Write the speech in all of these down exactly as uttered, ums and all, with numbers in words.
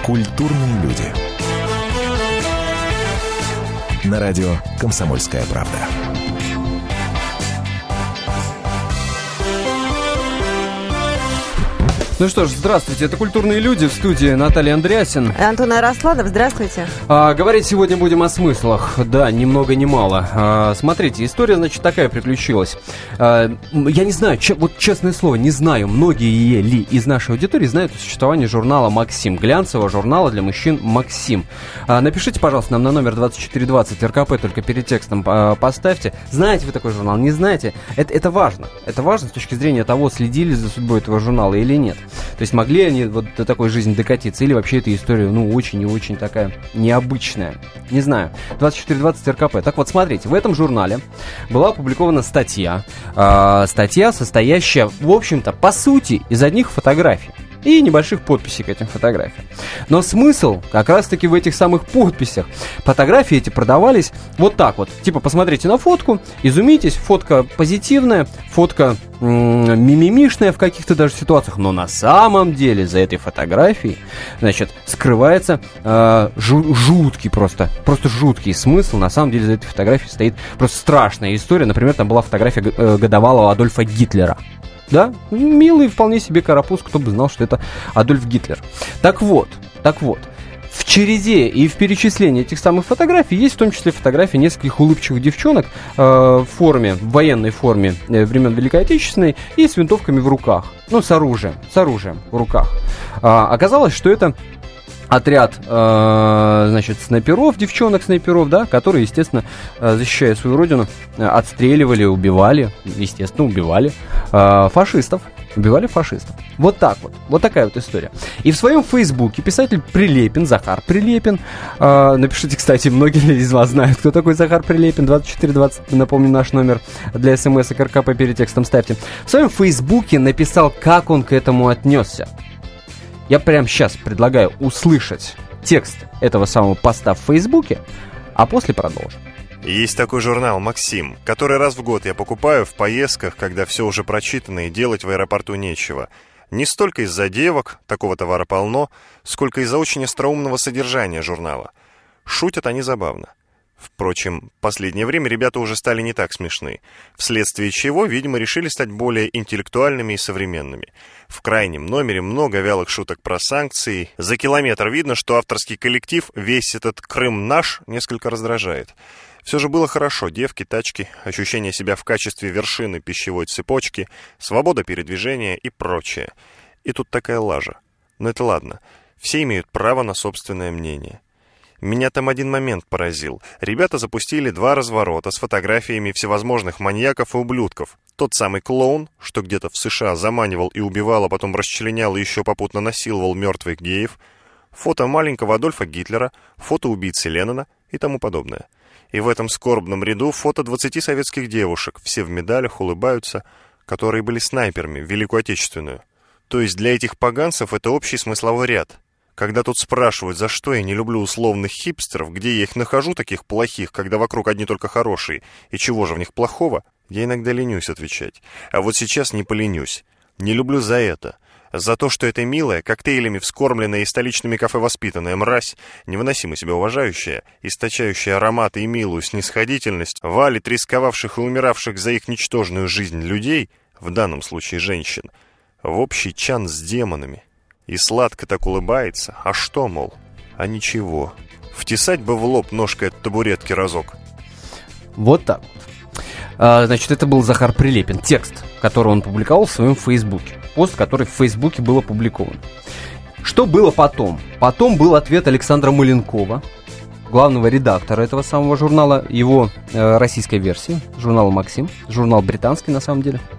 Культурные люди. На радио «Комсомольская правда». Ну что ж, здравствуйте, это «Культурные люди», в студии Наталья Андреасин. Антон Арасланов, здравствуйте. А, говорить сегодня будем о смыслах, да, ни много ни мало. А, смотрите, история, значит, такая приключилась. А, я не знаю, че, вот честное слово, не знаю, многие ли из нашей аудитории знают о существовании журнала «Максим», глянцевого журнала для мужчин «Максим». А, напишите, пожалуйста, нам на номер двадцать четыре двадцать эр ка пэ, только перед текстом а, поставьте. Знаете вы такой журнал, не знаете? Это, это важно. Это важно с точки зрения того, следили за судьбой этого журнала или нет. То есть могли они вот до такой жизни докатиться, или вообще эта история, ну, очень и очень такая необычная. Не знаю. двадцать четыре двадцать эр ка пэ. Так вот, смотрите, в этом журнале была опубликована статья. Э, статья, состоящая, в общем-то, по сути, из одних фотографий и небольших подписей к этим фотографиям. Но смысл как раз-таки в этих самых подписях. Фотографии эти продавались вот так вот. Типа, посмотрите на фотку, изумитесь, фотка позитивная, фотка м- мимимишная в каких-то даже ситуациях. Но на самом деле за этой фотографией, значит, скрывается э, жу- жуткий просто, просто жуткий смысл. На самом деле за этой фотографией стоит просто страшная история. Например, там была фотография г- э, годовалого Адольфа Гитлера. Да, милый вполне себе карапуз, кто бы знал, что это Адольф Гитлер. Так вот, так вот, в череде и в перечислении этих самых фотографий есть в том числе фотографии нескольких улыбчивых девчонок э, в форме, в военной форме э, времен Великой Отечественной и с винтовками в руках, ну, с оружием, с оружием в руках. А, оказалось, что это отряд, э, значит, снайперов, девчонок-снайперов, да, которые, естественно, э, защищая свою родину, э, отстреливали, убивали, естественно, убивали э, фашистов. Убивали фашистов. Вот так вот. Вот такая вот история. И в своем фейсбуке писатель Прилепин, Захар Прилепин, э, напишите, кстати, многие из вас знают, кто такой Захар Прилепин, двадцать четыре двадцать, напомню, наш номер для смс эр ка пэ, перед текстом ставьте. В своем фейсбуке написал, как он к этому отнесся. Я прямо сейчас предлагаю услышать текст этого самого поста в Фейсбуке, а после продолжим. Есть такой журнал «Максим», который раз в год я покупаю в поездках, когда все уже прочитано и делать в аэропорту нечего. Не столько из-за девок, такого товара полно, сколько из-за очень остроумного содержания журнала. Шутят они забавно. Впрочем, в последнее время ребята уже стали не так смешны, вследствие чего, видимо, решили стать более интеллектуальными и современными. В крайнем номере много вялых шуток про санкции. За километр видно, что авторский коллектив весь этот Крым наш несколько раздражает. Все же было хорошо: девки, тачки, ощущение себя в качестве вершины пищевой цепочки, свобода передвижения и прочее. И тут такая лажа. Но это ладно, все имеют право на собственное мнение. Меня там один момент поразил. Ребята запустили два разворота с фотографиями всевозможных маньяков и ублюдков. Тот самый клоун, что где-то в США заманивал и убивал, а потом расчленял и еще попутно насиловал мертвых геев. Фото маленького Адольфа Гитлера, фото убийцы Леннона и тому подобное. И в этом скорбном ряду фото двадцати советских девушек, все в медалях, улыбаются, которые были снайперами в Великую Отечественную. То есть для этих поганцев это общий смысловой ряд. Когда тут спрашивают, за что я не люблю условных хипстеров, где я их нахожу таких плохих, когда вокруг одни только хорошие, и чего же в них плохого, я иногда ленюсь отвечать. А вот сейчас не поленюсь. Не люблю за это. За то, что эта милая, коктейлями вскормленная и столичными кафе воспитанная мразь, невыносимо себя уважающая, источающая ароматы и милую снисходительность, валит рисковавших и умиравших за их ничтожную жизнь людей, в данном случае женщин, в общий чан с демонами. И сладко так улыбается. А что, мол? А ничего. Втесать бы в лоб ножкой от табуретки разок. Вот так вот. А, значит, это был Захар Прилепин. Текст, который он публиковал в своем фейсбуке. Пост, который в фейсбуке был опубликован. Что было потом? Потом был ответ Александра Маленкова, главного редактора этого самого журнала, его э, российской версии, журнала «Максим», журнал британский на самом деле,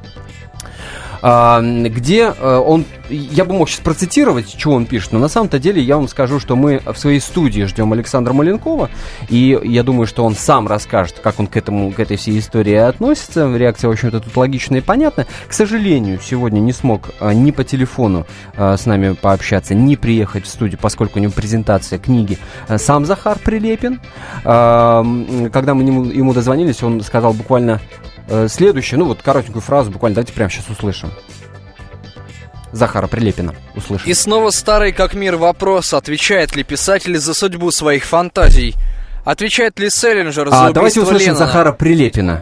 где он, я бы мог сейчас процитировать, что он пишет, но на самом-то деле я вам скажу, что мы в своей студии ждем Александра Маленкова, и я думаю, что он сам расскажет, как он к этому, к этой всей истории относится. Реакция, в общем-то, тут логичная и понятная. К сожалению, сегодня не смог ни по телефону с нами пообщаться, ни приехать в студию, поскольку у него презентация книги, сам Захар Прилепин. Когда мы ему, ему дозвонились, он сказал буквально следующее, ну вот коротенькую фразу, буквально, давайте прямо сейчас услышим. Захара Прилепина. Услышим. И снова старый как мир вопрос, отвечает ли писатель за судьбу своих фантазий? Отвечает ли Селлинджер за а, убийство давайте услышим Леннона? Захара Прилепина.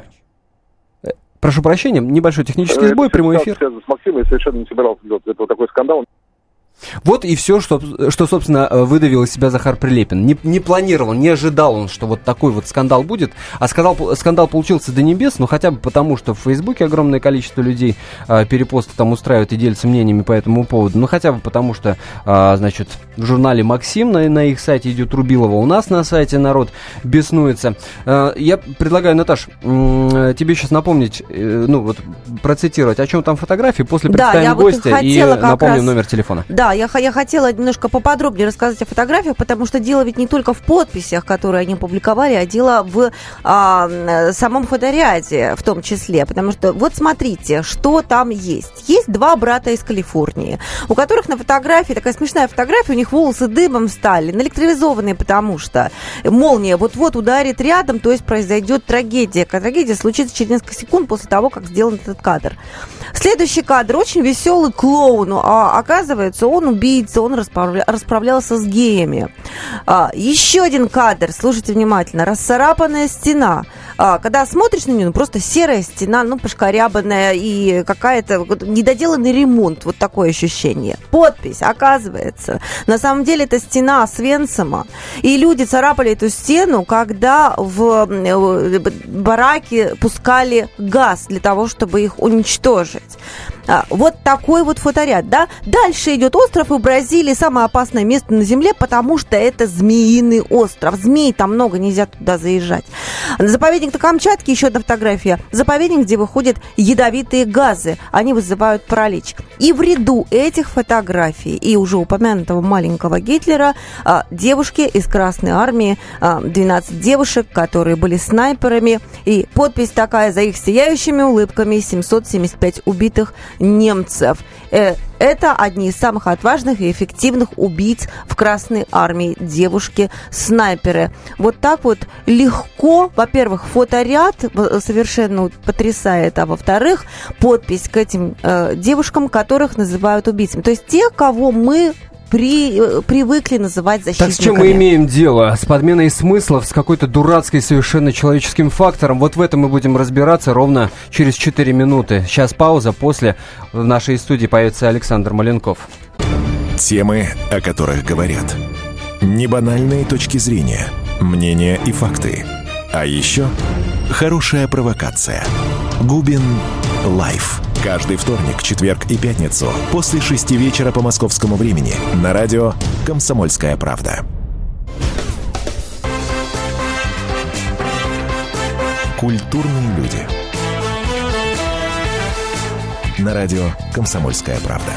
Прошу прощения, небольшой технический сбой, прямой эфир. С Максимом я совершенно не собирался делать. Это вот такой скандал. Вот и все, что, что, собственно, выдавил из себя Захар Прилепин. Не, не планировал, не ожидал он, что вот такой вот скандал будет. А скандал, скандал получился до небес, ну хотя бы потому, что в Фейсбуке огромное количество людей а, перепосты там устраивают и делятся мнениями по этому поводу. Ну хотя бы потому, что, а, значит, в журнале «Максим» на, на их сайте идет Рубилова, у нас на сайте народ беснуется. А, я предлагаю, Наташ, м- тебе сейчас напомнить, э, ну вот процитировать, о чем там фотографии, после представим да, гостя вот и напомним раз... номер телефона. Да, я, я хотела немножко поподробнее рассказать о фотографиях, потому что дело ведь не только в подписях, которые они публиковали, а дело в а, самом фоторяде в том числе. Потому что вот смотрите, что там есть. Есть два брата из Калифорнии, у которых на фотографии, такая смешная фотография, у них волосы дыбом стали, наэлектризованные, потому что молния вот-вот ударит рядом, то есть произойдет трагедия. Трагедия случится через несколько секунд после того, как сделан этот кадр. Следующий кадр. Очень веселый клоун, а оказывается, он убийца, он расправля... расправлялся с геями. А, еще один кадр, слушайте внимательно, расцарапанная стена. А, когда смотришь на нее, ну просто серая стена, ну пошкарябанная и какая-то вот, недоделанный ремонт, вот такое ощущение. Подпись, оказывается, на самом деле это стена Освенцима, и люди царапали эту стену, когда в, в бараки пускали газ для того, чтобы их уничтожить. А, вот такой вот фоторяд, да. Дальше идет остров, и в Бразилии самое опасное место на Земле, потому что это змеиный остров. Змей там много, нельзя туда заезжать. Заповедник на Камчатке, еще одна фотография. Заповедник, где выходят ядовитые газы. Они вызывают паралич. И в ряду этих фотографий и уже упомянутого маленького Гитлера а, девушки из Красной Армии, а, двенадцать девушек, которые были снайперами. И подпись такая: за их сияющими улыбками семьсот семьдесят пять убитых немцев. Это одни из самых отважных и эффективных убийц в Красной Армии. Девушки-снайперы. Вот так вот легко, во-первых, фоторяд совершенно потрясает, а во-вторых, подпись к этим э, девушкам, которых называют убийцами. То есть те, кого мы При, привыкли называть защитниками. Так с чем мы имеем дело? С подменой смыслов, с какой-то дурацкой совершенно человеческим фактором. Вот в этом мы будем разбираться ровно через четыре минуты. Сейчас пауза, после в нашей студии появится Александр Маленков. Темы, о которых говорят. Небанальные точки зрения, мнения и факты. А еще хорошая провокация. Губин Лайф. Каждый вторник, четверг и пятницу после шести вечера по московскому времени на радио «Комсомольская правда». Культурные люди. На радио «Комсомольская правда».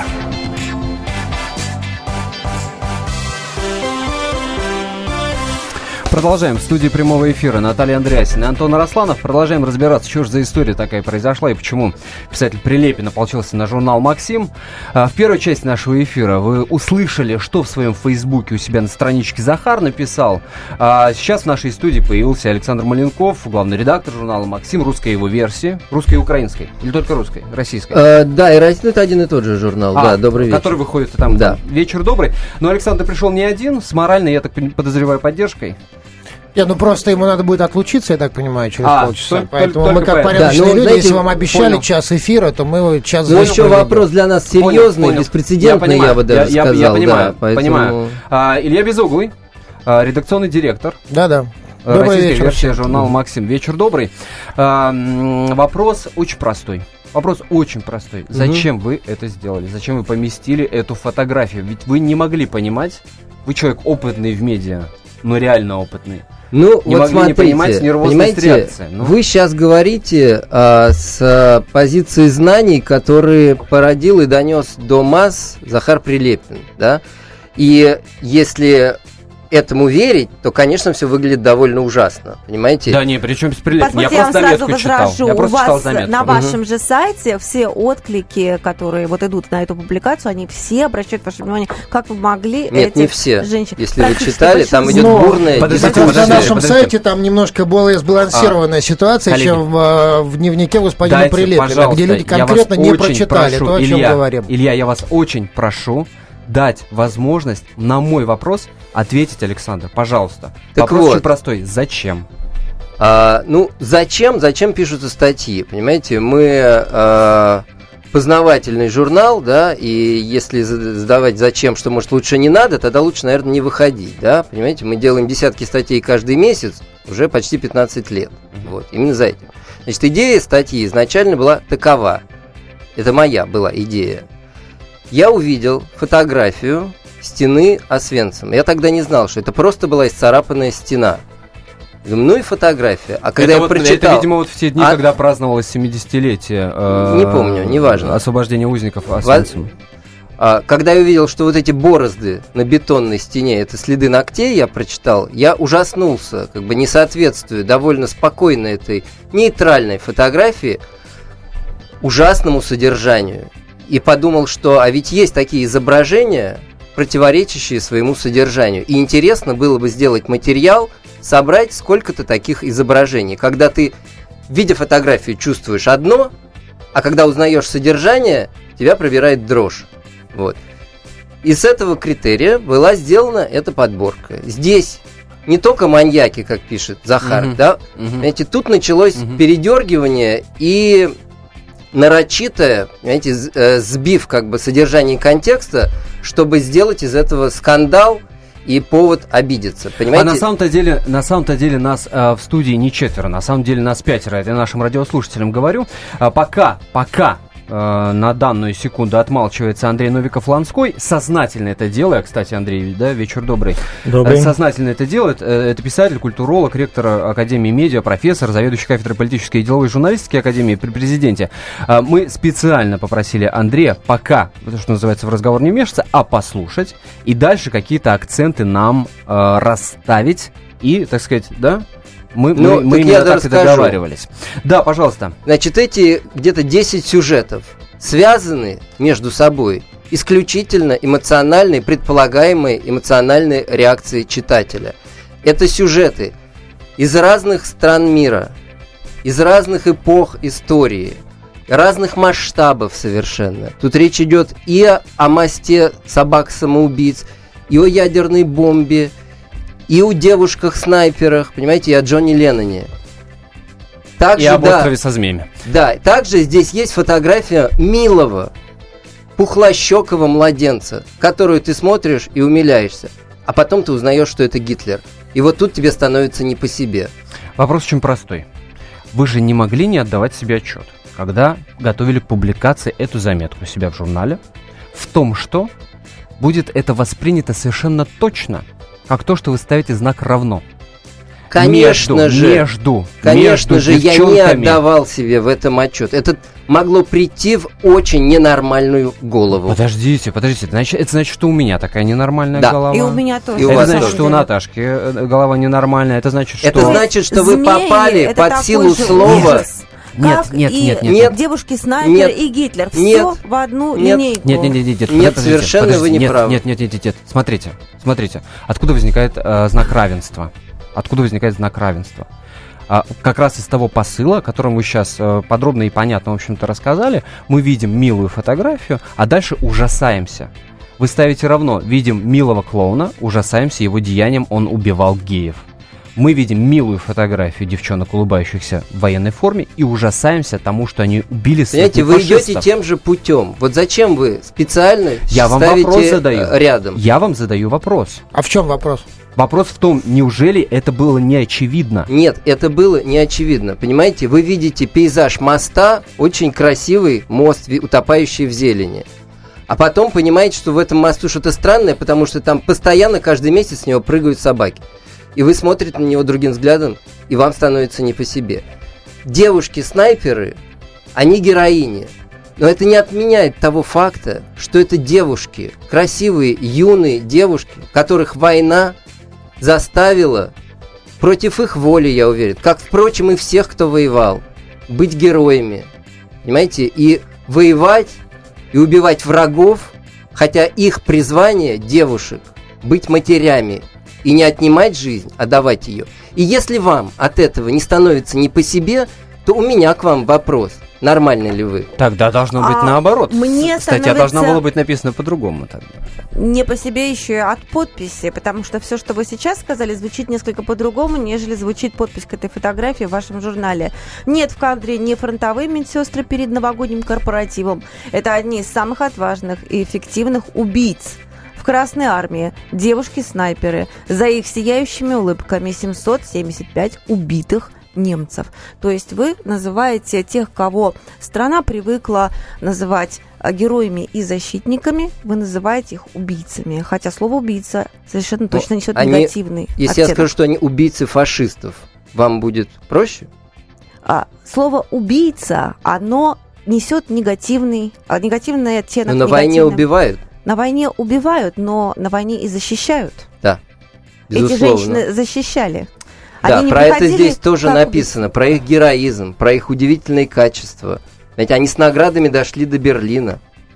Продолжаем. В студии прямого эфира Наталья Андреасина и Антон Арасланов. Продолжаем разбираться, что же за история такая произошла и почему писатель Прилепин ополчился на журнал «Максим». В первой части нашего эфира вы услышали, что в своем фейсбуке у себя на страничке Захар написал. А сейчас в нашей студии появился Александр Маленков, главный редактор журнала «Максим», русской его версии. Русской и украинской? Или только русской? Российской? А, да, и Россия, это один и тот же журнал. А, да, добрый вечер. Который выходит там, да. там «Вечер добрый». Но Александр пришел не один, с моральной, я так подозреваю, поддержкой. Не, ну просто ему надо будет отлучиться, я так понимаю, через а, полчаса. Только, Поэтому только мы как поэтому. порядочные да, ну, люди, знаете, если вам обещали понял. час эфира, то мы час Ну еще проведем. вопрос для нас серьезный, понял, беспрецедентный, я, я бы даже я, сказал. Я, я понимаю, да, поэтому... понимаю. А, Илья Безуглый, а, редакционный директор. Да-да. Добрый вечер. Версия журнала «Максим». Вечер добрый. А, вопрос очень простой. Вопрос очень простой. Зачем угу. вы это сделали? Зачем вы поместили эту фотографию? Ведь вы не могли понимать, вы человек опытный в медиа, но реально опытный. Ну, не вот могли смотрите, не понимать нервозность реакции. Ну. Вы сейчас говорите а, с а, позиции знаний, которые породил и донес до масс Захар Прилепин, да? И если этому верить, то, конечно, все выглядит довольно ужасно, понимаете? Да, не, причем бесприлично. Я Позвольте, я просто вам сразу заметку читал. возражу. Я У просто читал вас заметку. на Мгм. вашем же сайте все отклики, которые вот идут на эту публикацию, они все обращают ваше внимание, как вы могли Нет, этих не все. женщин... Если вы Практически читали, там идет Но- бурная Подождите, Потому что на подождите, нашем подождите. сайте там немножко более сбалансированная ситуация, коллеги, чем в, э, в дневнике господина Дайте, Прилепина, пожалуйста, где люди я вас конкретно не очень прочитали прошу, то, о чем Илья, говорим. Илья, я вас очень прошу дать возможность на мой вопрос ответить, Александр, пожалуйста. Так Вопрос вот. очень простой. Зачем? А, ну, зачем, зачем пишутся статьи? Понимаете, мы а, познавательный журнал, да, и если задавать зачем, что, может, лучше не надо, тогда лучше, наверное, не выходить, да, понимаете, мы делаем десятки статей каждый месяц уже почти пятнадцать лет, вот, именно за этим. Значит, идея статьи изначально была такова, это моя была идея. Я увидел фотографию стены Освенцима. Я тогда не знал, что это просто была исцарапанная стена. Думаю, ну и фотография. А когда это, я вот, прочитал... это, видимо, вот в те дни, а... когда праздновалось семидесятилетие э, Не помню, неважно. освобождения узников Освенцима. А, когда я увидел, что вот эти борозды на бетонной стене, это следы ногтей, я прочитал, я ужаснулся, как бы несоответствию довольно спокойно этой нейтральной фотографии ужасному содержанию. И подумал, что а ведь есть такие изображения, противоречащие своему содержанию. И интересно было бы сделать материал, собрать сколько-то таких изображений, когда ты, видя фотографию, чувствуешь одно, а когда узнаешь содержание, тебя пробирает дрожь. Вот. И с этого критерия была сделана эта подборка. Здесь не только маньяки, как пишет Захар, Мгм. да? Мгм. Понимаете, тут началось Мгм. передергивание и нарочитое, понимаете, з- э, сбив как бы содержание контекста, чтобы сделать из этого скандал и повод обидеться, понимаете? А на самом-то деле, на самом-то деле нас э, в студии не четверо, на самом деле нас пятеро. Это я нашим радиослушателям говорю. А пока, пока э, на данную секунду отмалчивается Андрей Новиков-Ланской, сознательно это делая, кстати, Андрей, да, вечер добрый. Добрый. Э, Сознательно это делает. э, Это писатель, культуролог, ректор Академии медиа, профессор, заведующий кафедрой политической и деловой журналистики Академии при президенте. А Мы специально попросили Андрея пока, то, что называется, в разговор не вмешиваться, а послушать и дальше какие-то акценты нам э, расставить и, так сказать, да, мы, Ну, мы, мы так именно я так и расскажу. договаривались. Да, пожалуйста. Значит, эти где-то десять сюжетов связаны между собой исключительно эмоциональной, предполагаемой эмоциональной реакцией читателя. Это сюжеты из разных стран мира, из разных эпох истории, разных масштабов совершенно. Тут речь идет и о, о мосте собак-самоубийц, и о ядерной бомбе, и о девушках-снайперах, понимаете, и о Джонни Ленноне. Также, И об да, острове со змеями. да, также здесь есть фотография милого, пухлощекого младенца, которую ты смотришь и умиляешься, а потом ты узнаешь, что это Гитлер. И вот тут тебе становится не по себе. Вопрос очень простой. Вы же не могли не отдавать себе отчет, когда готовили к публикации эту заметку у себя в журнале, в том, что будет это воспринято совершенно точно, как то, что вы ставите знак «равно». Конечно между, же, между, конечно между же, я не девчонками. отдавал себе в этом отчет. Это могло прийти в очень ненормальную голову. Подождите, подождите, значит, это значит, что у меня такая ненормальная Да. голова. И у меня тоже. И у Это вас значит, тоже. что у Наташки э, голова ненормальная. Это значит, что... Это значит, что вы Змеи попали это под такой силу же слова. ужас, Нет, как нет, и нет, нет, нет. девушки-снайперы Нет. и Гитлер. Все Нет. в одну Нет. линейку. Нет, нет, нет, нет, нет, Нет, подождите, совершенно подождите, вы не нет, правы. Нет, нет, нет, нет, нет, смотрите, смотрите, откуда возникает э, знак равенства? Откуда возникает знак равенства? А, как раз из того посыла, о котором вы сейчас э, подробно и понятно, в общем-то, рассказали, мы видим милую фотографию, а дальше ужасаемся. Вы ставите равно, видим милого клоуна, ужасаемся его деянием, он убивал геев. Мы видим милую фотографию девчонок, улыбающихся в военной форме, и ужасаемся тому, что они убили своих Понимаете, вы фашистов. идете тем же путем. Вот зачем вы специально Я вам ставите вопрос задаю. э, рядом? Я вам задаю вопрос. А в чем вопрос? Вопрос в том, неужели это было не очевидно? Нет, это было не очевидно. Понимаете, вы видите пейзаж моста, очень красивый мост, ви- утопающий в зелени. А потом понимаете, что в этом мосту что-то странное, потому что там постоянно каждый месяц с него прыгают собаки. И вы смотрите на него другим взглядом, и вам становится не по себе. Девушки-снайперы, они героини. Но это не отменяет того факта, что это девушки, красивые, юные девушки, которых война заставило, против их воли, я уверен, как, впрочем, и всех, кто воевал, быть героями, понимаете, и воевать, и убивать врагов, хотя их призвание, девушек, быть матерями, и не отнимать жизнь, а давать ее. И если вам от этого не становится не по себе, то у меня к вам вопрос. Нормальны ли вы? Тогда должно быть А наоборот. мне Статья становится- должна была быть написана по-другому тогда. Не по себе еще и от подписи, потому что все, что вы сейчас сказали, звучит несколько по-другому, нежели звучит подпись к этой фотографии в вашем журнале. Нет в кадре не фронтовые медсестры перед новогодним корпоративом. Это одни из самых отважных и эффективных убийц в Красной армии, девушки-снайперы. За их сияющими улыбками семьсот семьдесят пять убитых немцев. То есть вы называете тех, кого страна привыкла называть героями и защитниками, вы называете их убийцами. Хотя слово «убийца» совершенно точно несет они, негативный Если оттенок. я скажу, что они убийцы фашистов, вам будет проще? А, слово «убийца», оно несет негативный, а, негативный оттенок. Но на войне негативный. убивают. На войне убивают, но на войне и защищают. Да, Эти безусловно. женщины защищали. Да, Они не про это приходили здесь тоже как написано, про их героизм, про их удивительные качества. Ведь они с наградами дошли до Берлина.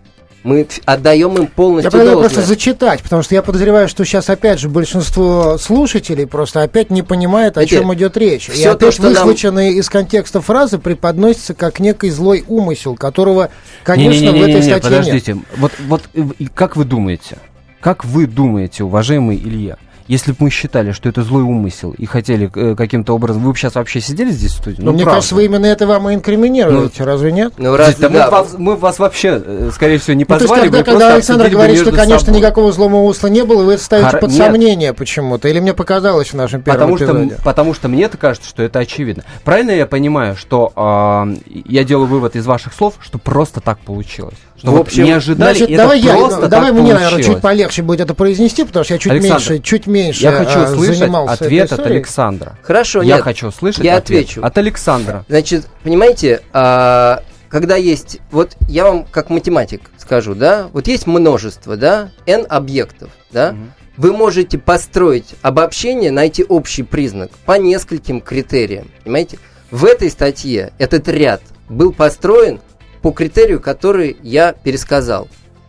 Мы ф- отдаем им Я полностью предлагаю должное. просто зачитать, потому что я подозреваю, что сейчас опять же большинство слушателей просто опять не понимает, о Знаете, чем идет речь. И всё то, опять что нам- выхваченные из контекста фразы преподносятся как некий злой умысел, которого, конечно, в этой Не-не-не-не-не, статье нет. подождите. Вот, вот э, и как вы думаете, как вы думаете, уважаемый Илья, если бы мы считали, что это злой умысел и хотели э, каким-то образом... Вы бы сейчас вообще сидели здесь в студии? Но мне правда. кажется, вы именно это вам и инкриминируете, разве нет? Ну, Подождите, разве да мы, да, вас, мы вас вообще, э, скорее всего, не Ну, то есть, позвали. когда, бы, когда просто Александр обсудили бы говорит, что, между конечно, собой. никакого злого умысла не было, вы это ставите Хор- под нет. сомнение почему-то, или мне показалось в нашем первом Потому что, эпизоде? потому что мне-то кажется, что это очевидно. Правильно я понимаю, что э, я делаю вывод из ваших слов, что просто так получилось? Что В вот общем, не ожидали, Значит, и давай, это я, просто ну, давай так мне, получилось. наверное, чуть полегче будет это произнести, потому что я чуть Александр, меньше, чуть меньше Я хочу а, услышать занимался этой ответ от историей. Александра. Хорошо, Я нет. хочу услышать Я ответ отвечу. от Александра. Значит, понимаете, а, когда есть... Вот я вам как математик скажу, да? Вот есть множество, да? N объектов, да? Мгм. Вы можете построить обобщение, найти общий признак по нескольким критериям, понимаете? В этой статье этот ряд был построен по критерию, который я пересказал.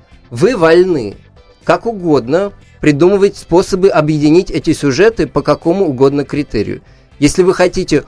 Вы вольны как угодно придумывать способы объединить эти сюжеты по какому угодно критерию. Если вы хотите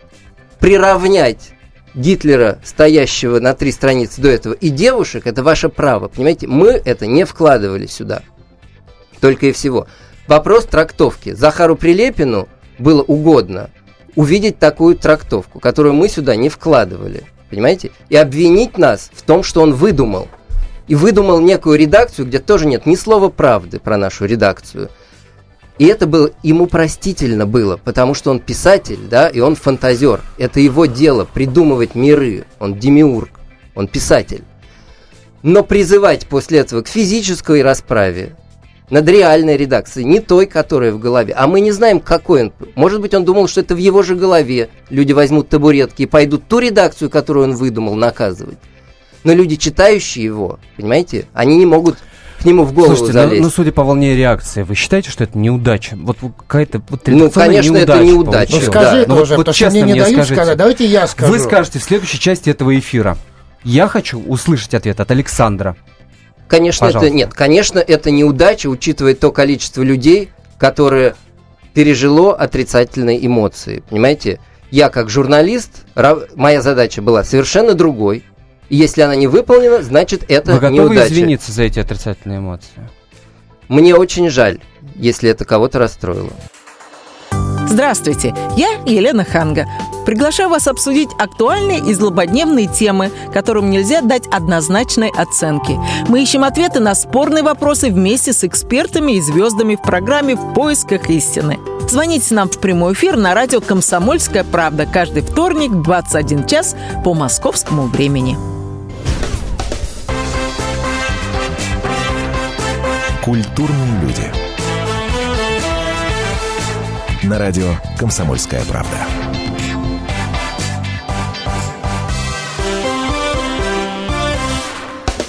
приравнять Гитлера, стоящего на три страницы до этого, и девушек, это ваше право, понимаете? Мы это не вкладывали сюда. Только и всего. Вопрос трактовки. Захару Прилепину было угодно увидеть такую трактовку, которую мы сюда не вкладывали. Понимаете? И обвинить нас в том, что он выдумал. И выдумал некую редакцию, где тоже нет ни слова правды про нашу редакцию. И это было, ему простительно было, потому что он писатель, да, и он фантазер. Это его дело, придумывать миры. Он демиург, он писатель. Но призывать после этого к физической расправе над реальной редакцией, не той, которая в голове. А мы не знаем, какой он. Может быть, он думал, что это в его же голове. Люди возьмут табуретки и пойдут ту редакцию, которую он выдумал, наказывать. Но люди, читающие его, понимаете, они не могут к нему в голову Слушайте, залезть. ну, ну, судя по волне реакции, вы считаете, что это неудача? Вот вот какая-то вот Ну, редакционная конечно, это неудача. Ну получилась. скажи Да. Ну, тоже, вот- вот потому что честно мне не дают скажите. сказать. Давайте я скажу. Вы скажете в следующей части этого эфира. Я хочу услышать ответ от Александра. Конечно, это Пожалуйста. нет. Конечно, это неудача, учитывая то количество людей, которое пережило отрицательные эмоции. Понимаете? Я как журналист, ра- моя задача была совершенно другой. И если она не выполнена, значит это Вы готовы неудача. извиниться за эти отрицательные эмоции? Мне очень жаль, если это кого-то расстроило. Здравствуйте, я Елена Ханга. Приглашаю вас обсудить актуальные и злободневные темы, которым нельзя дать однозначной оценки. Мы ищем ответы на спорные вопросы вместе с экспертами и звездами в программе «В поисках истины». Звоните нам в прямой эфир на радио «Комсомольская правда» каждый вторник в двадцать один час по московскому времени. Культурные люди. На радио «Комсомольская правда».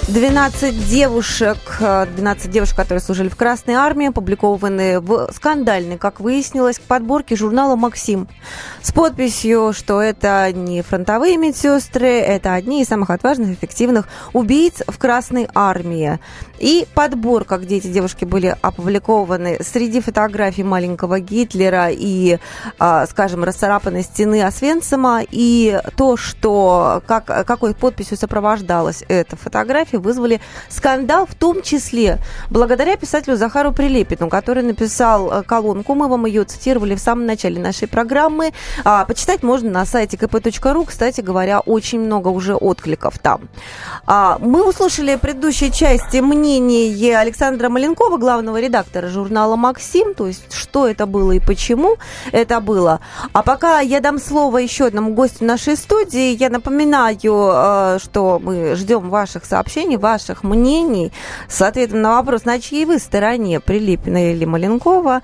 двенадцать девушек, двенадцать девушек, которые служили в Красной Армии, опубликованы в скандальной, как выяснилось, подборке журнала «Максим» с подписью, что это не фронтовые медсестры, это одни из самых отважных и эффективных убийц в Красной Армии. И подборка, где эти девушки были опубликованы, среди фотографий маленького Гитлера и, скажем, расцарапанной стены Освенцима, и то, что как, какой подписью сопровождалась эта фотография, вызвали скандал, в том числе благодаря писателю Захару Прилепину, который написал колонку, мы вам ее цитировали в самом начале нашей программы. А, почитать можно на сайте ка пэ точка ру, кстати говоря, очень много уже откликов там. А, мы услышали в предыдущей части мнение Александра Маленкова, главного редактора журнала «Максим», то есть что это было и почему это было. А пока я дам слово еще одному гостю нашей студии, я напоминаю, что мы ждем ваших сообщений, ваших мнений с ответом на вопрос, на чьей вы стороне, Прилепина или Маленкова,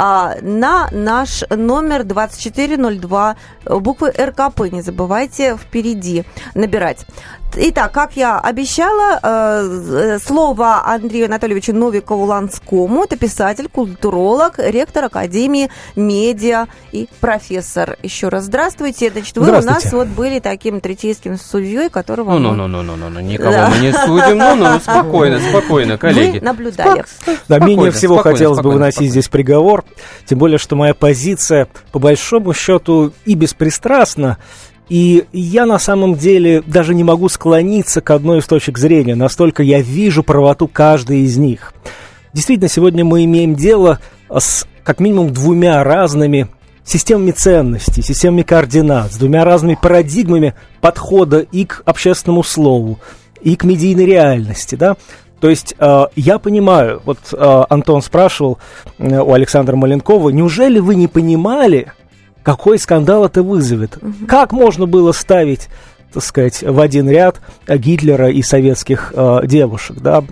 на наш номер двадцать четыре ноль два, буквы эр ка пэ, не забывайте впереди набирать. Итак, как я обещала, э, слово Андрею Анатольевичу Новикову-Ланскому. Это писатель, культуролог, ректор Академии медиа и профессор. Еще раз здравствуйте. Значит, вы у нас вот были таким третейским судьей, которого... Ну, ну, ну, ну, ну, ну, никого да. мы не судим. Ну, ну, спокойно, спокойно, коллеги. Вы наблюдали. Спок... Да, менее всего спокойно, хотелось спокойно, бы выносить спокойно. Здесь приговор. Тем более, что моя позиция, по большому счету, и беспристрастна. И я на самом деле даже не могу склониться к одной из точек зрения, настолько я вижу правоту каждой из них. Действительно, сегодня мы имеем дело с как минимум двумя разными системами ценностей, системами координат, с двумя разными парадигмами подхода и к общественному слову, и к медийной реальности, да. То есть э, я понимаю, вот э, Антон спрашивал э, у Александра Маленкова, неужели вы не понимали, какой скандал это вызовет? Mm-hmm. Как можно было ставить, так сказать, в один ряд Гитлера и советских э, девушек, да,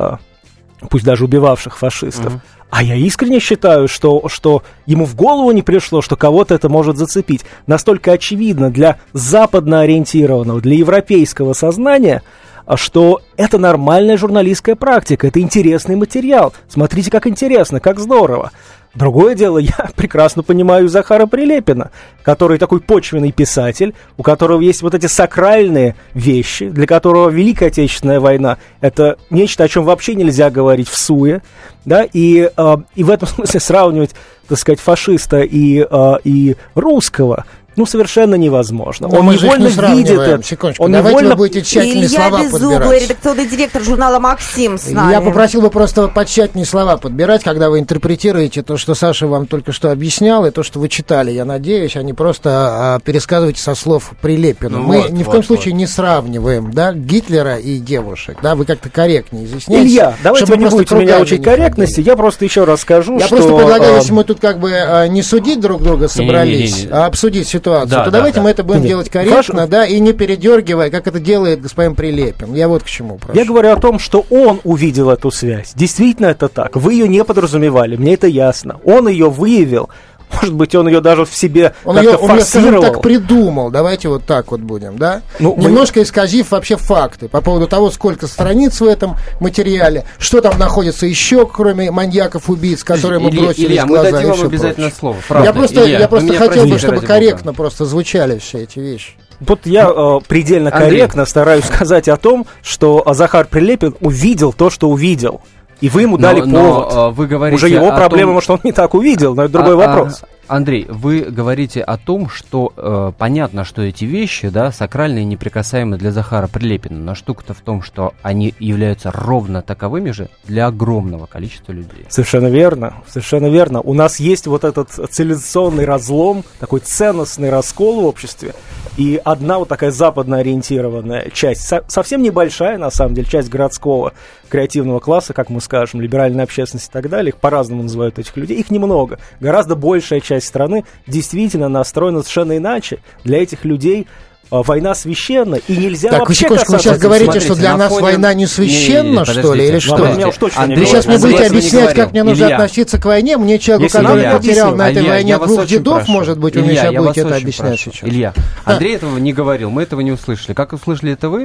э, пусть даже убивавших фашистов? Mm-hmm. А я искренне считаю, что, что ему в голову не пришло, что кого-то это может зацепить. Настолько очевидно для западно-ориентированного, для европейского сознания, что это нормальная журналистская практика, это интересный материал. Смотрите, как интересно, как здорово. Другое дело, я прекрасно понимаю Захара Прилепина, который такой почвенный писатель, у которого есть вот эти сакральные вещи, для которого Великая Отечественная война — это нечто, о чем вообще нельзя говорить всуе, да, и, э, и в этом смысле сравнивать, так сказать, фашиста и, э, и русского, ну, совершенно невозможно. Но он мы невольно не видит это. Секундочку, он давайте невольно... вы будете тщательные Илья слова Безуглый, подбирать. редакционный директор журнала «Максим» с нами. Я попросил бы просто потщательнее слова подбирать, когда вы интерпретируете то, что Саша вам только что объяснял, и то, что вы читали, я надеюсь, а не просто а, пересказывайте со слов Прилепина. Ну, мы вот, ни в коем вот, случае вот. не сравниваем, да, Гитлера и девушек, да, вы как-то корректнее изъясняете. Илья, давайте вы не будете меня учить корректности, я просто еще раз скажу, я что... Я просто предлагаю, если мы тут как бы не судить друг друга собрались, не, не, не, не. а обсудить ситуацию, да, то да, давайте да. мы это будем Нет. делать корректно, Хорошо. да, и не передергивая, как это делает господин Прилепин. Я вот к чему прошу. Я говорю о том, что он увидел эту связь. Действительно это так. Вы ее не подразумевали, мне это ясно. Он ее выявил. Может быть, он ее даже в себе он как-то ее, форсировал. Он ее, скажем так, придумал. Давайте вот так вот будем, да? Ну, Немножко мы... исказив вообще факты по поводу того, сколько страниц в этом материале, что там находится еще, кроме маньяков-убийц, которые мы Илья, бросили Илья, в глаза. мы дадим вам обязательно прочее. слово. Правда. Я просто, Илья, я просто хотел бы, чтобы корректно Бога. просто звучали все эти вещи. Вот я э, предельно Андрей. корректно стараюсь сказать о том, что Захар Прилепин увидел то, что увидел. И вы ему дали но, повод. Но, вы говорите Уже его проблема, том... может, он не так увидел, но это другой а, вопрос. А, Андрей, вы говорите о том, что э, понятно, что эти вещи, да, сакральные и неприкасаемые для Захара Прилепина, но штука-то в том, что они являются ровно таковыми же для огромного количества людей. Совершенно верно, совершенно верно. У нас есть вот этот цивилизационный разлом, такой ценностный раскол в обществе, и одна вот такая западно-ориентированная часть, со- совсем небольшая, на самом деле, часть городского креативного класса, как мы скажем, либеральной общественности и так далее, их по-разному называют этих людей, их немного. Гораздо большая часть страны действительно настроена совершенно иначе. Для этих людей война священна, и нельзя так, вообще секундочку, вы сейчас говорите, смотрите, что для нас фоне... война не священна, не, не, что ли, или что? Андрей, вы сейчас мне будете объяснять, как мне нужно Илья. относиться к войне, мне человеку, Если который Илья. потерял на этой Илья, войне двух дедов, прошу. может быть, вы Илья, мне сейчас будете это объяснять прошу. сейчас. Илья, Андрей этого не говорил, мы этого не услышали. Как услышали это вы?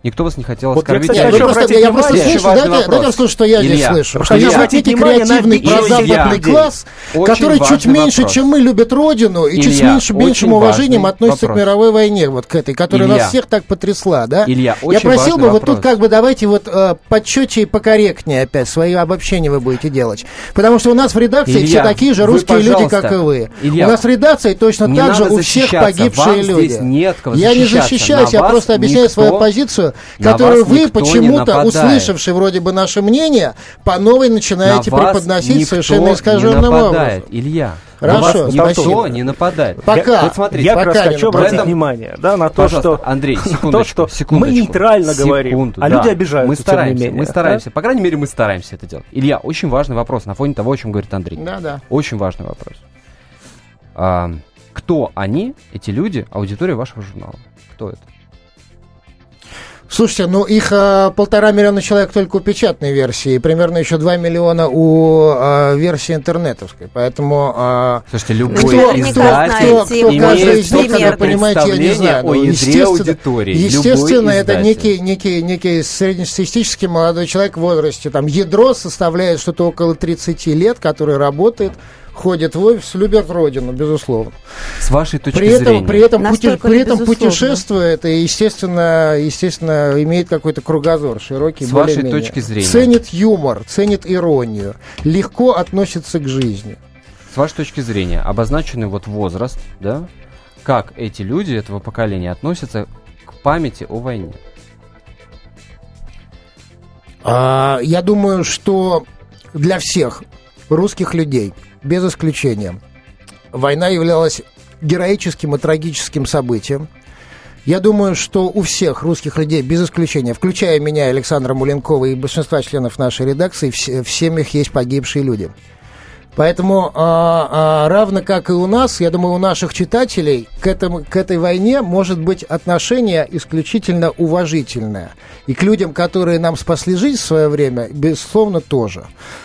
Никто вас не хотел вот оскорбить. Я, кстати, я, просто, я просто слышу, дайте, дайте расскажу, что я Илья, здесь слышу. Что здесь некий креативный прозападный класс, очень который чуть меньше, вопрос. чем мы, любит Родину, и Илья, чуть меньше, меньшим уважением относится вопрос. к мировой войне, вот к этой, которая Илья, нас всех так потрясла, да? Илья, я просил бы, вопрос. вот тут как бы давайте вот э, почетче и покорректнее опять свои обобщения вы будете делать. Потому что у нас в редакции Илья, все такие же русские вы, люди, как и вы. Илья, у нас в редакции точно так же у всех погибшие люди. Я не защищаюсь, я просто объясняю свою позицию, которую вы почему-то, услышавши вроде бы наше мнение, по новой начинаете на преподносить совершенно искаженным образом. Илья. Хорошо, никто не нападает. Пока. Вот смотрите, я пока как раз хочу обратить этом... внимание да, на то, что, Андрей, то, что мы нейтрально секунду, говорим, а да. люди обижаются. Мы стараемся, менее, мы стараемся. Да? По крайней мере, мы стараемся это делать. Илья, очень важный вопрос на фоне того, о чем говорит Андрей. Да, да. Очень важный вопрос. А, кто они, эти люди, аудитория вашего журнала? Кто это? Слушайте, ну их а, полтора миллиона человек только у печатной версии, и примерно еще два миллиона у а, версии интернетовской, поэтому... А, Слушайте, любой кто, издатель кто, кто, кто каждый из них, как вы понимаете, я не знаю. О ядре естественно, аудитории. Естественно, это некий, некий, некий среднестатистический молодой человек в возрасте. Там ядро составляет что-то около тридцати лет, который работает, ходит в офис, любят родину, безусловно. С вашей точки при этом, зрения. При этом, пути, при этом путешествует и, естественно, естественно, имеет какой-то кругозор широкий. С вашей точки зрения. Ценит юмор, ценит иронию, легко относится к жизни. С вашей точки зрения, обозначенный вот возраст, да, как эти люди этого поколения относятся к памяти о войне? А, я думаю, что для всех русских людей, без исключения, война являлась героическим и трагическим событием. Я думаю, что у всех русских людей, без исключения, включая меня, Александра Муленкова и большинства членов нашей редакции, в, в семьях есть погибшие люди. Поэтому, а, а, равно как и у нас, я думаю, у наших читателей к, этому, к этой войне может быть отношение исключительно уважительное. И к людям, которые нам спасли жизнь в свое время, безусловно, тоже.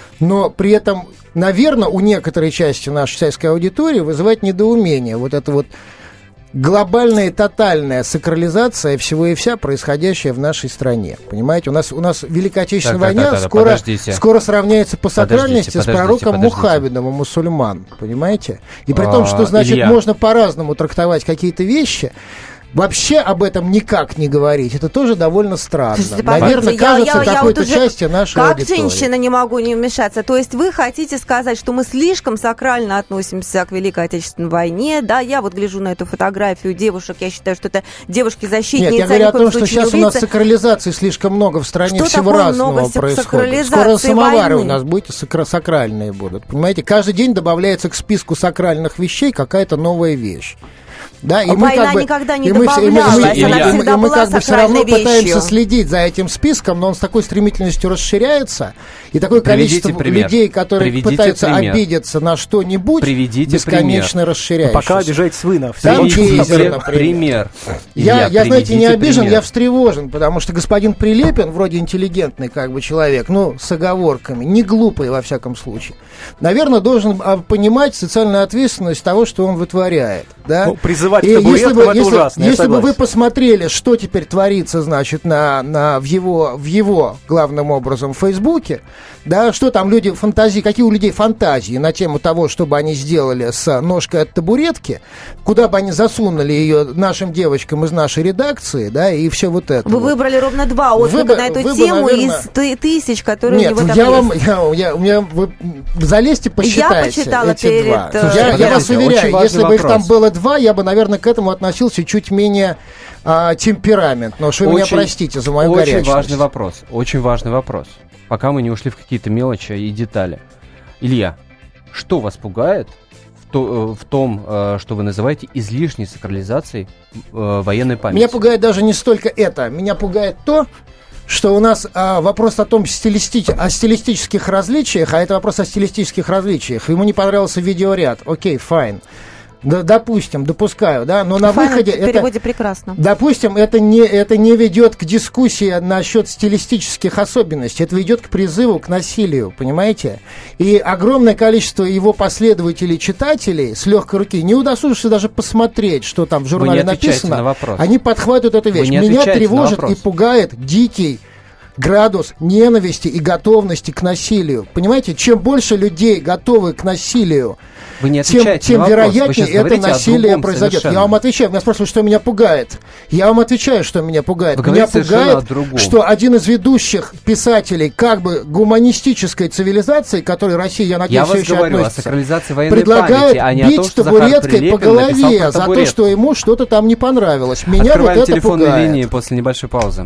Но при этом, наверное, у некоторой части нашей читательской аудитории вызывает недоумение вот это вот глобальная и тотальная сакрализация всего и вся, происходящая в нашей стране. Понимаете, у нас, у нас Великая Отечественная так, война так, так, скоро, скоро сравняется по сакральности подождите, с пророком подождите. Мухаммедом у мусульман. Понимаете? И при а, том, что, значит, Илья. можно по-разному трактовать какие-то вещи, вообще об этом никак не говорить, это тоже довольно странно. Слушайте, наверное, кажется, я, я, какой-то я вот части нашей как аудитории. Как женщина не могу не вмешаться. То есть вы хотите сказать, что мы слишком сакрально относимся к Великой Отечественной войне? Да, я вот гляжу на эту фотографию девушек, я считаю, что это девушки-защитницы. Нет, я говорю о том, что сейчас у нас сакрализации слишком много в стране, что всего разного происходит. Скоро самовары войны? У нас будут сакральные будут. Понимаете, каждый день добавляется к списку сакральных вещей какая-то новая вещь. Да, и Война мы как бы, никогда не и мы, добавлялась, и мы, она и мы, всегда и мы была как бы все равно вещью. пытаемся следить за этим списком, но он с такой стремительностью расширяется, и такое Приведите количество пример. людей, которые Приведите пытаются пример. обидеться на что-нибудь, Приведите бесконечно пример. расширяется. Пока обижаетесь вы на все. Там гейзер, например. Пример. Я, я знаете, не обижен, пример. я встревожен, потому что господин Прилепин, вроде интеллигентный как бы человек, ну, с оговорками, не глупый во всяком случае, наверное, должен понимать социальную ответственность того, что он вытворяет. Да? Ну, призывать и к табуреткам, это если, ужасно, если бы вы посмотрели, что теперь творится, значит, на, на, в, его, в его, главным образом, в Фейсбуке, да, что там люди фантазии, какие у людей фантазии на тему того, что бы они сделали с ножкой от табуретки, куда бы они засунули ее нашим девочкам из нашей редакции, да, и все вот это. Вы вот. выбрали ровно два отклика Выбор, на эту выбор, тему наверное... из тысяч, которые Нет, у него там я есть. вам, я, я, у меня, вы залезьте, посчитайте я почитала эти перед... два. Слушайте, я, я вас уверяю, если бы вопрос. их там было два, я бы, наверное, к этому относился чуть менее а, темпераментно. Уж вы очень, меня простите за мою очень горячность. Очень важный вопрос, очень важный вопрос. Пока мы не ушли в какие-то мелочи и детали. Илья, что вас пугает в, то, в том, что вы называете излишней сакрализацией военной памяти? Меня пугает даже не столько это. Меня пугает то, что у нас а, вопрос о том, стилисти... о стилистических различиях, а это вопрос о стилистических различиях. Ему не понравился видеоряд. Окей, файн. Да, допустим, допускаю, да, но на Файна выходе в переводе это, прекрасно. Допустим, это не, это не ведет к дискуссии насчет стилистических особенностей, это ведет к призыву к насилию, понимаете? И огромное количество его последователей, читателей с легкой руки, не удосужившись даже посмотреть, что там в журнале написано, они подхватывают эту вещь. Меня тревожит и пугает дикий градус ненависти и готовности к насилию. Понимаете, чем больше людей готовы к насилию, Вы не тем, тем вероятнее это насилие произойдет. Совершенно. Я вам отвечаю, меня спрашивают, что меня пугает. Я вам отвечаю, что меня пугает. Вы меня пугает, что один из ведущих писателей как бы гуманистической цивилизации, к которой Россия, я надеюсь, я еще говорю относится, о сакрализации военной предлагает памяти, а не бить о том, что табуреткой по голове за то, что ему что-то там не понравилось. Меня Открываем вот это телефонные пугает. линии после небольшой паузы.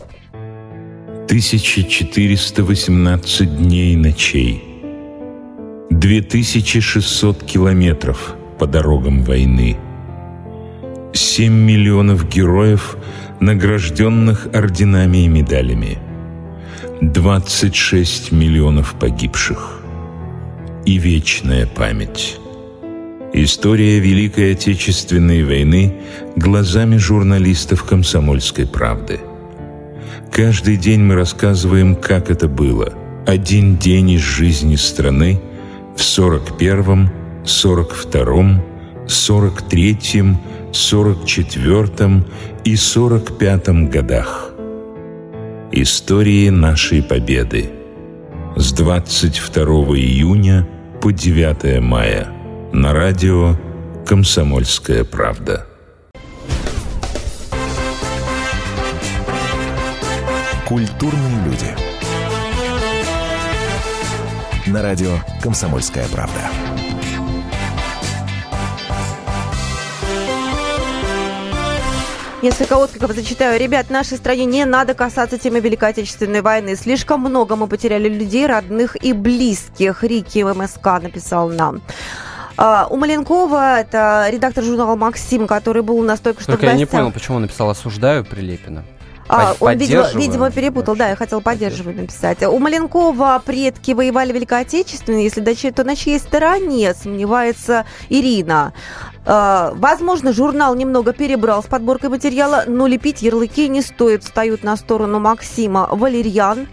тысяча четыреста восемнадцать дней и ночей. две тысячи шестьсот километров по дорогам войны. семь миллионов героев, награжденных орденами и медалями. двадцать шесть миллионов погибших. И вечная память. История Великой Отечественной войны глазами журналистов «Комсомольской правды». Каждый день мы рассказываем, как это было. Один день из жизни страны в сорок первом, сорок втором, сорок третьем, сорок четвертом и сорок пятом годах. Истории нашей победы. С двадцать второго июня по девятое мая. На радио «Комсомольская правда». Культурные люди. На радио «Комсомольская правда». Несколько откликов зачитаю. Ребят, нашей стране не надо касаться темы Великой Отечественной войны. Слишком много мы потеряли людей, родных и близких. Рики МСК написал нам. Uh, у Маленкова, это редактор журнала «Максим», который был у нас только что Только в я не гостях. понял, почему он написал «осуждаю» Прилепина. А, он, видимо, видимо, перепутал, да, я хотел поддерживать написать. У Маленкова предки воевали в Великой Отечественной, если дочь, то на чьей стороне, сомневается Ирина. Uh, возможно, журнал немного перебрал с подборкой материала, но лепить ярлыки не стоит, встают на сторону Максима Валерьян.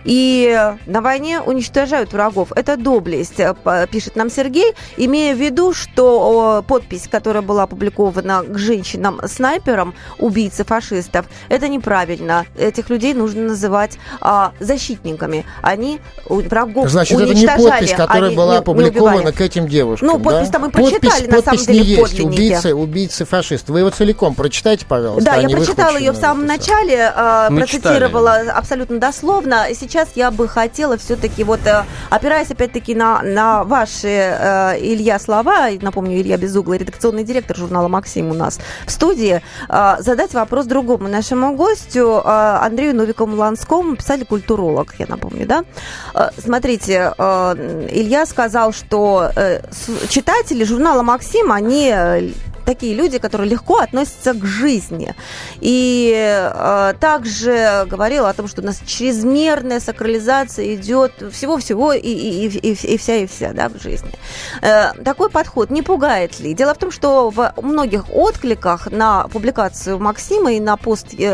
И на войне уничтожают врагов. Это доблесть, пишет нам Сергей, имея в виду, что подпись, которая была опубликована к женщинам-снайперам, убийцы фашистов, это неправильно. Этих людей нужно называть а, защитниками. Они врагов Значит, уничтожали. Это не подпись, которая была не, опубликована не к этим девушкам. Ну, подпись да? там мы прочитали, подпись, на самом подпись деле, не в есть. подлиннике. Убийцы, убийцы фашисты. Вы его целиком прочитайте, пожалуйста. Да, а я прочитала ее в самом начале, э, процитировала читали. абсолютно дословно. Сейчас я бы хотела все-таки, вот, э, опираясь опять-таки на, на ваши, э, Илья, слова, напомню, Илья Безуглый, редакционный директор журнала «Максим» у нас в студии, э, задать вопрос другому нашему гостю, э, Андрею Новикову Ланскому, писатель-культуролог, я напомню, да? Э, смотрите, э, Илья сказал, что э, читатели журнала «Максим», они... такие люди, которые легко относятся к жизни. И э, также говорил о том, что у нас чрезмерная сакрализация идет всего-всего и, и, и, и вся, и вся, да, в жизни. Э, такой подход не пугает ли? Дело в том, что в многих откликах на публикацию Максима и на пост э,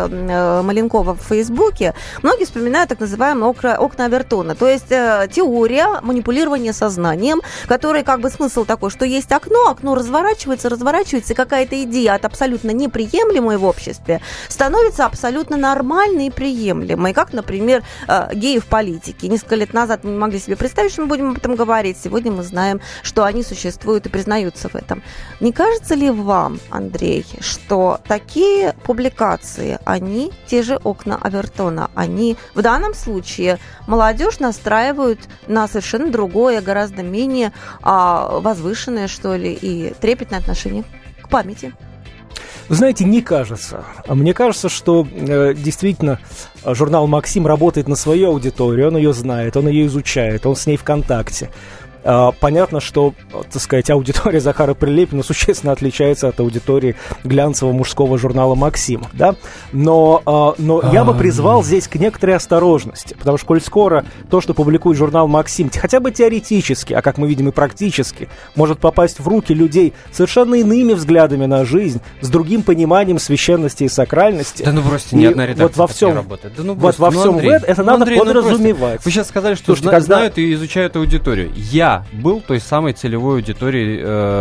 э, Маленкова в Фейсбуке многие вспоминают так называемые окна, окна Авертона. То есть э, теория манипулирования сознанием, которая как бы смысл такой, что есть окно, окно разворачивается, разворачивается, разворачивается, какая-то идея от абсолютно неприемлемой в обществе становится абсолютно нормальной и приемлемой. Как, например, геи в политике. Несколько лет назад мы не могли себе представить, что мы будем об этом говорить. Сегодня мы знаем, что они существуют и признаются в этом. Не кажется ли вам, Андрей, что такие публикации, они те же окна Авертона, они в данном случае молодежь настраивают на совершенно другое, гораздо менее а, возвышенное, что ли, и трепетное отношение к памяти? Вы знаете, не кажется. Мне кажется, что э, действительно журнал «Максим» работает на свою аудиторию, он ее знает, он ее изучает, он с ней в контакте. понятно, что, так сказать, аудитория Захара Прилепина существенно отличается от аудитории глянцевого мужского журнала «Максим», да? Но, но я бы призвал здесь к некоторой осторожности, потому что, коль скоро то, что публикует журнал «Максим», хотя бы теоретически, а как мы видим и практически, может попасть в руки людей совершенно иными взглядами на жизнь, с другим пониманием священности и сакральности. Да ну просто ни одна редакция вот во всем, не работает. Да ну вот во ну, всем Андрей, это, это ну, надо Андрей, подразумевать. Ну, вы сейчас сказали, что Слушайте, зна- когда... знают и изучают аудиторию. Я был той самой целевой аудиторией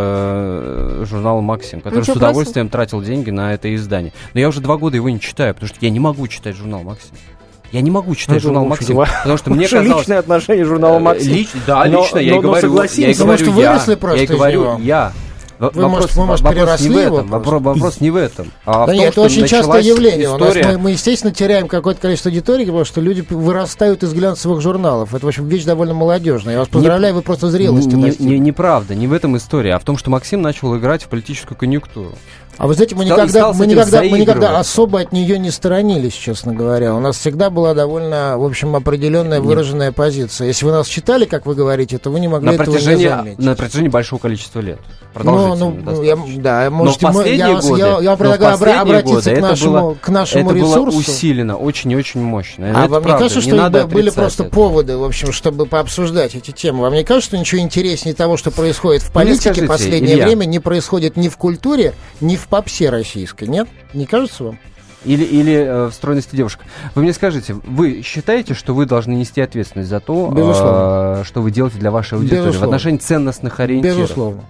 э- журнала «Максим», который Ничего с удовольствием красивого. тратил деньги на это издание. Но я уже два года его не читаю, потому что я не могу читать журнал «Максим». Я не могу читать ну, журнал «Максим», потому что мне казалось... личное отношение журнала «Максим». Лич... Да, но, лично, я но, и говорю, но я и говорю, что я, выросли просто я и говорю, из него. я. Вы, вопрос, может, мы, может, вопрос не в переросли этом. его Вопрос, вопрос не в этом. А да в нет, том, это что очень частое явление. История... У нас мы, мы, естественно, теряем какое-то количество аудитории, потому что люди вырастают из глянцевых журналов. Это, в общем, вещь довольно молодежная. Я вас поздравляю, не, вы просто зрелости не, достигли. Не, неправда, не в этом история, а в том, что Максим начал играть в политическую конъюнктуру. А вы знаете, мы стал, никогда, мы, никогда, мы никогда особо от нее не сторонились, честно говоря. У нас всегда была довольно, в общем, определенная Нет. выраженная позиция. Если вы нас читали, как вы говорите, то вы не могли на этого не заметить. На протяжении большого количества лет. Ну, ну, я, да, можете, но в последние я, годы, я, я предлагаю обра- обратиться годы к нашему, было, к нашему это ресурсу. Это было усилено, очень и очень мощно. А это вам правда, не кажется, не что надо были просто это. поводы, в общем, чтобы пообсуждать эти темы? Вам не кажется, что ничего интереснее того, что происходит в политике в последнее Илья. время, не происходит ни в культуре, ни в попсе российской? Нет? Не кажется вам? Или, или э, в стройности девушек. Вы мне скажите, вы считаете, что вы должны нести ответственность за то, э, что вы делаете для вашей аудитории Безусловно. в отношении ценностных ориентиров? Безусловно.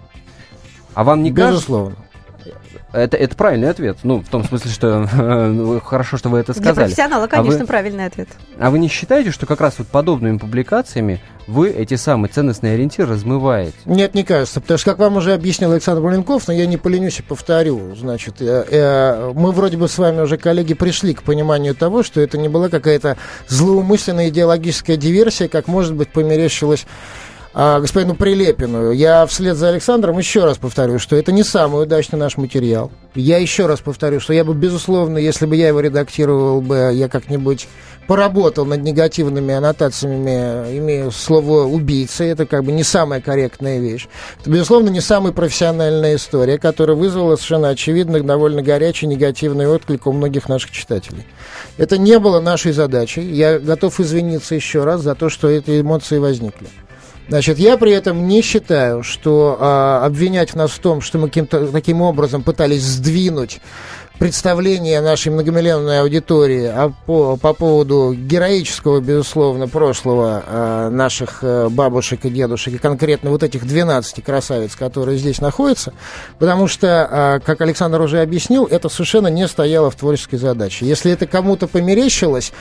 А вам не Безусловно. кажется... Это, это правильный ответ. Ну, в том смысле, что э, хорошо, что вы это сказали. Для профессионала, конечно, а вы, правильный ответ. А вы не считаете, что как раз вот подобными публикациями вы эти самые ценностные ориентиры размываете? Нет, не кажется. Потому что, как вам уже объяснил Александр Маленков, но я не поленюсь и повторю, значит, э, э, мы вроде бы с вами уже, коллеги, пришли к пониманию того, что это не была какая-то злоумышленная идеологическая диверсия, как, может быть, померещилось А, господину Прилепину. Я вслед за Александром еще раз повторю, что это не самый удачный наш материал. Я еще раз повторю, что я бы, безусловно, если бы я его редактировал бы, я как-нибудь поработал над негативными аннотациями, имея слово «убийца». Это как бы не самая корректная вещь. Это, безусловно, не самая профессиональная история, которая вызвала совершенно очевидно довольно горячий негативный отклик у многих наших читателей. Это не было нашей задачей. Я готов извиниться еще раз за то, что эти эмоции возникли. Значит, я при этом не считаю, что а, обвинять нас в том, что мы каким-то таким образом пытались сдвинуть представление нашей многомиллионной аудитории а по, по поводу героического, безусловно, прошлого а, наших а, бабушек и дедушек, и конкретно вот этих двенадцати красавиц, которые здесь находятся, потому что, а, как Александр уже объяснил, это совершенно не стояло в творческой задаче. Если это кому-то померещилось,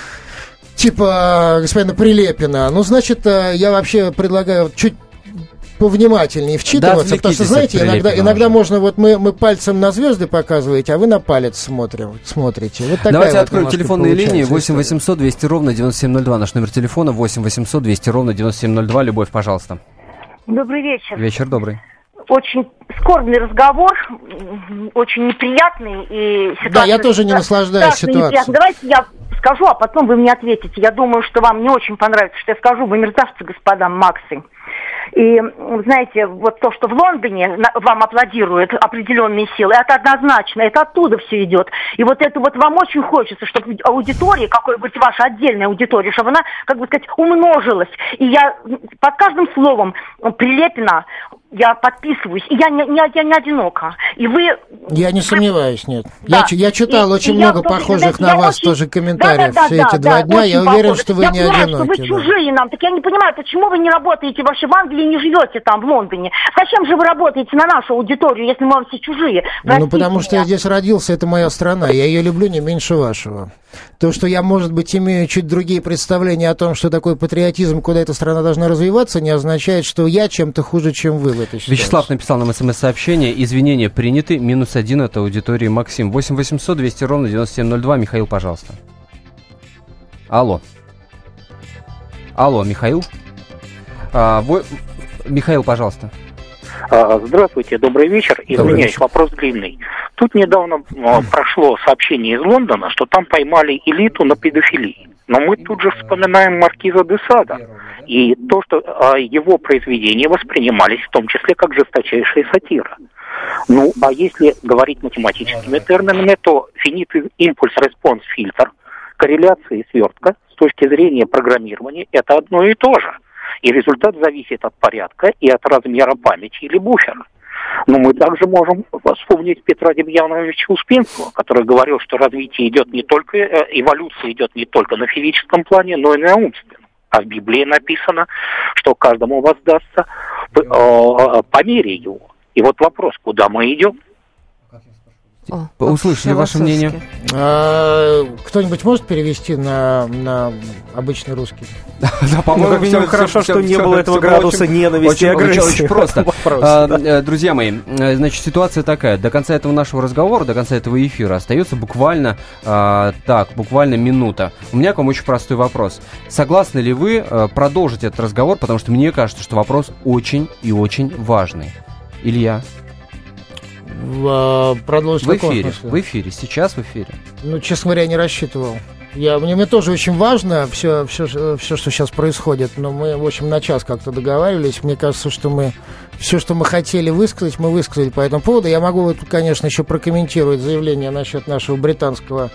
типа господина Прилепина, ну, значит, я вообще предлагаю чуть повнимательнее вчитываться, да, потому что, знаете, иногда, иногда можно, вот мы, мы пальцем на звезды показываете, а вы на палец смотрим, смотрите. Вот Давайте вот откроем телефонные линии восемь восемьсот двести ровно девяносто семь ноль два, наш номер телефона восемь восемьсот двести ровно девяносто семь ноль два. Любовь, пожалуйста. Добрый вечер. Вечер добрый. Очень скорбный разговор, очень неприятный. И ситуация, да, я тоже не наслаждаюсь ситуацией. Давайте я скажу, а потом вы мне ответите. Я думаю, что вам не очень понравится, что я скажу. Вы мерзавцы, господа Максы. И, знаете, вот то, что в Лондоне вам аплодируют определенные силы, это однозначно, это оттуда все идет. И вот это вот вам очень хочется, чтобы аудитория, какой бы ваша отдельная аудитория, чтобы она, как бы сказать, умножилась. И я под каждым словом Прилепина я подписываюсь, и я не, не, я не одинока. И вы... Я не сомневаюсь, нет. Да. Я, я читал и, очень и много я, похожих на вас очень... тоже комментариев да, да, все да, эти да, два да, дня. Я уверен, похоже. что вы я не понимаю, одиноки. Что вы да. чужие нам. Так я не понимаю, почему вы не работаете вообще в Англии и не живете там, в Лондоне. Зачем же вы работаете на нашу аудиторию, если мы вам все чужие? Простите ну, потому меня. что я здесь родился, это моя страна. Я ее люблю не меньше вашего. То, что я, может быть, имею чуть другие представления о том, что такое патриотизм, куда эта страна должна развиваться, не означает, что я чем-то хуже, чем вы в этой ситуации. Вячеслав написал нам смс-сообщение. Извинения приняты. Минус один от аудитории Максим. восемь восемьсот двести ровно девяносто семь ноль два. Михаил, пожалуйста. Алло. Алло, Михаил. А, вы... Михаил, пожалуйста. Здравствуйте, добрый вечер. Извиняюсь, вечер. Вопрос длинный. Тут недавно э, прошло сообщение из Лондона, что там поймали элиту на педофилии. Но мы тут же вспоминаем маркиза де Сада. И то, что а, его произведения воспринимались в том числе как жесточайшая сатира. Ну, а если говорить математическими терминами, то финит импульс респонс фильтр, корреляция и свертка с точки зрения программирования это одно и то же. И результат зависит от порядка и от размера памяти или буфера. Но мы также можем вспомнить Петра Демьяновича Успенского, который говорил, что развитие идет не только, эволюция идет не только на физическом плане, но и на умственном. А в Библии написано, что каждому воздастся по, э, по мере его. И вот вопрос, куда мы идем? О, услышали ваше мнение? А, кто-нибудь может перевести на, на обычный русский? Да, по-моему, хорошо, что не было этого градуса ненависти и агрессии. Очень просто. Друзья мои, значит, ситуация такая. До конца этого нашего разговора, до конца этого эфира остается буквально так, буквально минута. У меня к вам очень простой вопрос. Согласны ли вы продолжить этот разговор, потому что мне кажется, что вопрос очень и очень важный. Илья? В, продолжить в эфире, в эфире, сейчас в эфире. Ну, честно говоря, не рассчитывал. Я, мне, мне тоже очень важно все, все, все, что сейчас происходит, но мы, в общем, на час как-то договаривались. Мне кажется, что мы все, что мы хотели высказать, мы высказали по этому поводу. Я могу, конечно, еще прокомментировать заявление насчет нашего британского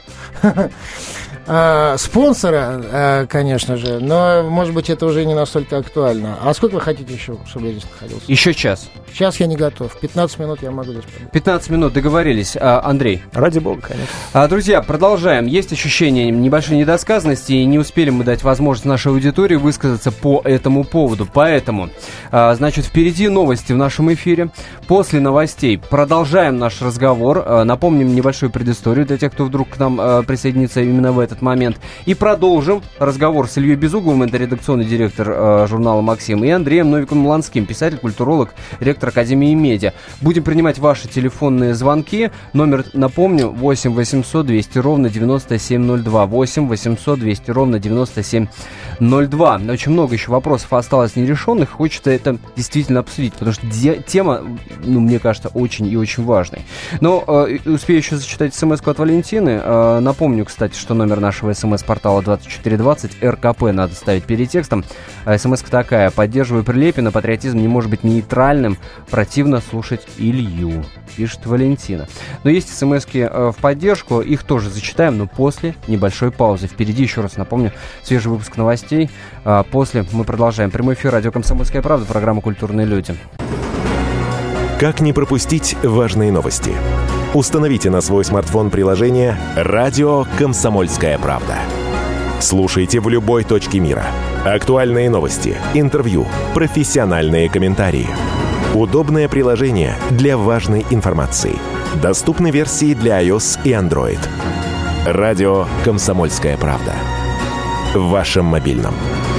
спонсора, конечно же, но, может быть, это уже не настолько актуально. А сколько вы хотите еще, чтобы я здесь находился? Еще час. Сейчас я не готов. пятнадцать минут я могу здесь побыть. пятнадцать минут, договорились. А, Андрей? Ради бога, конечно. А, друзья, продолжаем. Есть ощущение небольшой недосказанности, и не успели мы дать возможность нашей аудитории высказаться по этому поводу. Поэтому, а, значит, впереди новости в нашем эфире. После новостей продолжаем наш разговор. А, напомним небольшую предысторию для тех, кто вдруг к нам а, присоединится именно в этот момент. И продолжим разговор с Ильей Безугловым, это редакционный директор а, журнала «Максим», и Андреем Новиком-Ланским, писатель, культуролог, ректор Академии медиа. Будем принимать ваши телефонные звонки. Номер, напомню, восемь восемьсот двести ровно девяносто семь ноль два. восемь восемьсот двести ровно девяносто семь ноль два. Очень много еще вопросов осталось нерешенных. Хочется это действительно обсудить, потому что де- тема, ну, мне кажется, очень и очень важной. Но э, успею еще зачитать смс-ку от Валентины. Э, напомню, кстати, что номер нашего смс-портала двадцать четыре двадцать, эр ка пэ надо ставить перед текстом. Э, смс-ка такая: поддерживаю Прилепина, патриотизм не может быть нейтральным, противно слушать Илью, пишет Валентина. Но есть смс-ки э, в поддержку, их тоже зачитаем, но после небольшой паузы. Впереди, еще раз напомню, свежий выпуск новостей. А после мы продолжаем. Прямой эфир, радио «Комсомольская правда», программа «Культурные люди». Как не пропустить важные новости? Установите на свой смартфон приложение «Радио Комсомольская правда». Слушайте в любой точке мира. Актуальные новости, интервью, профессиональные комментарии. Удобное приложение для важной информации. Доступны версии для iOS и Android. Радио «Комсомольская правда». В вашем мобильном.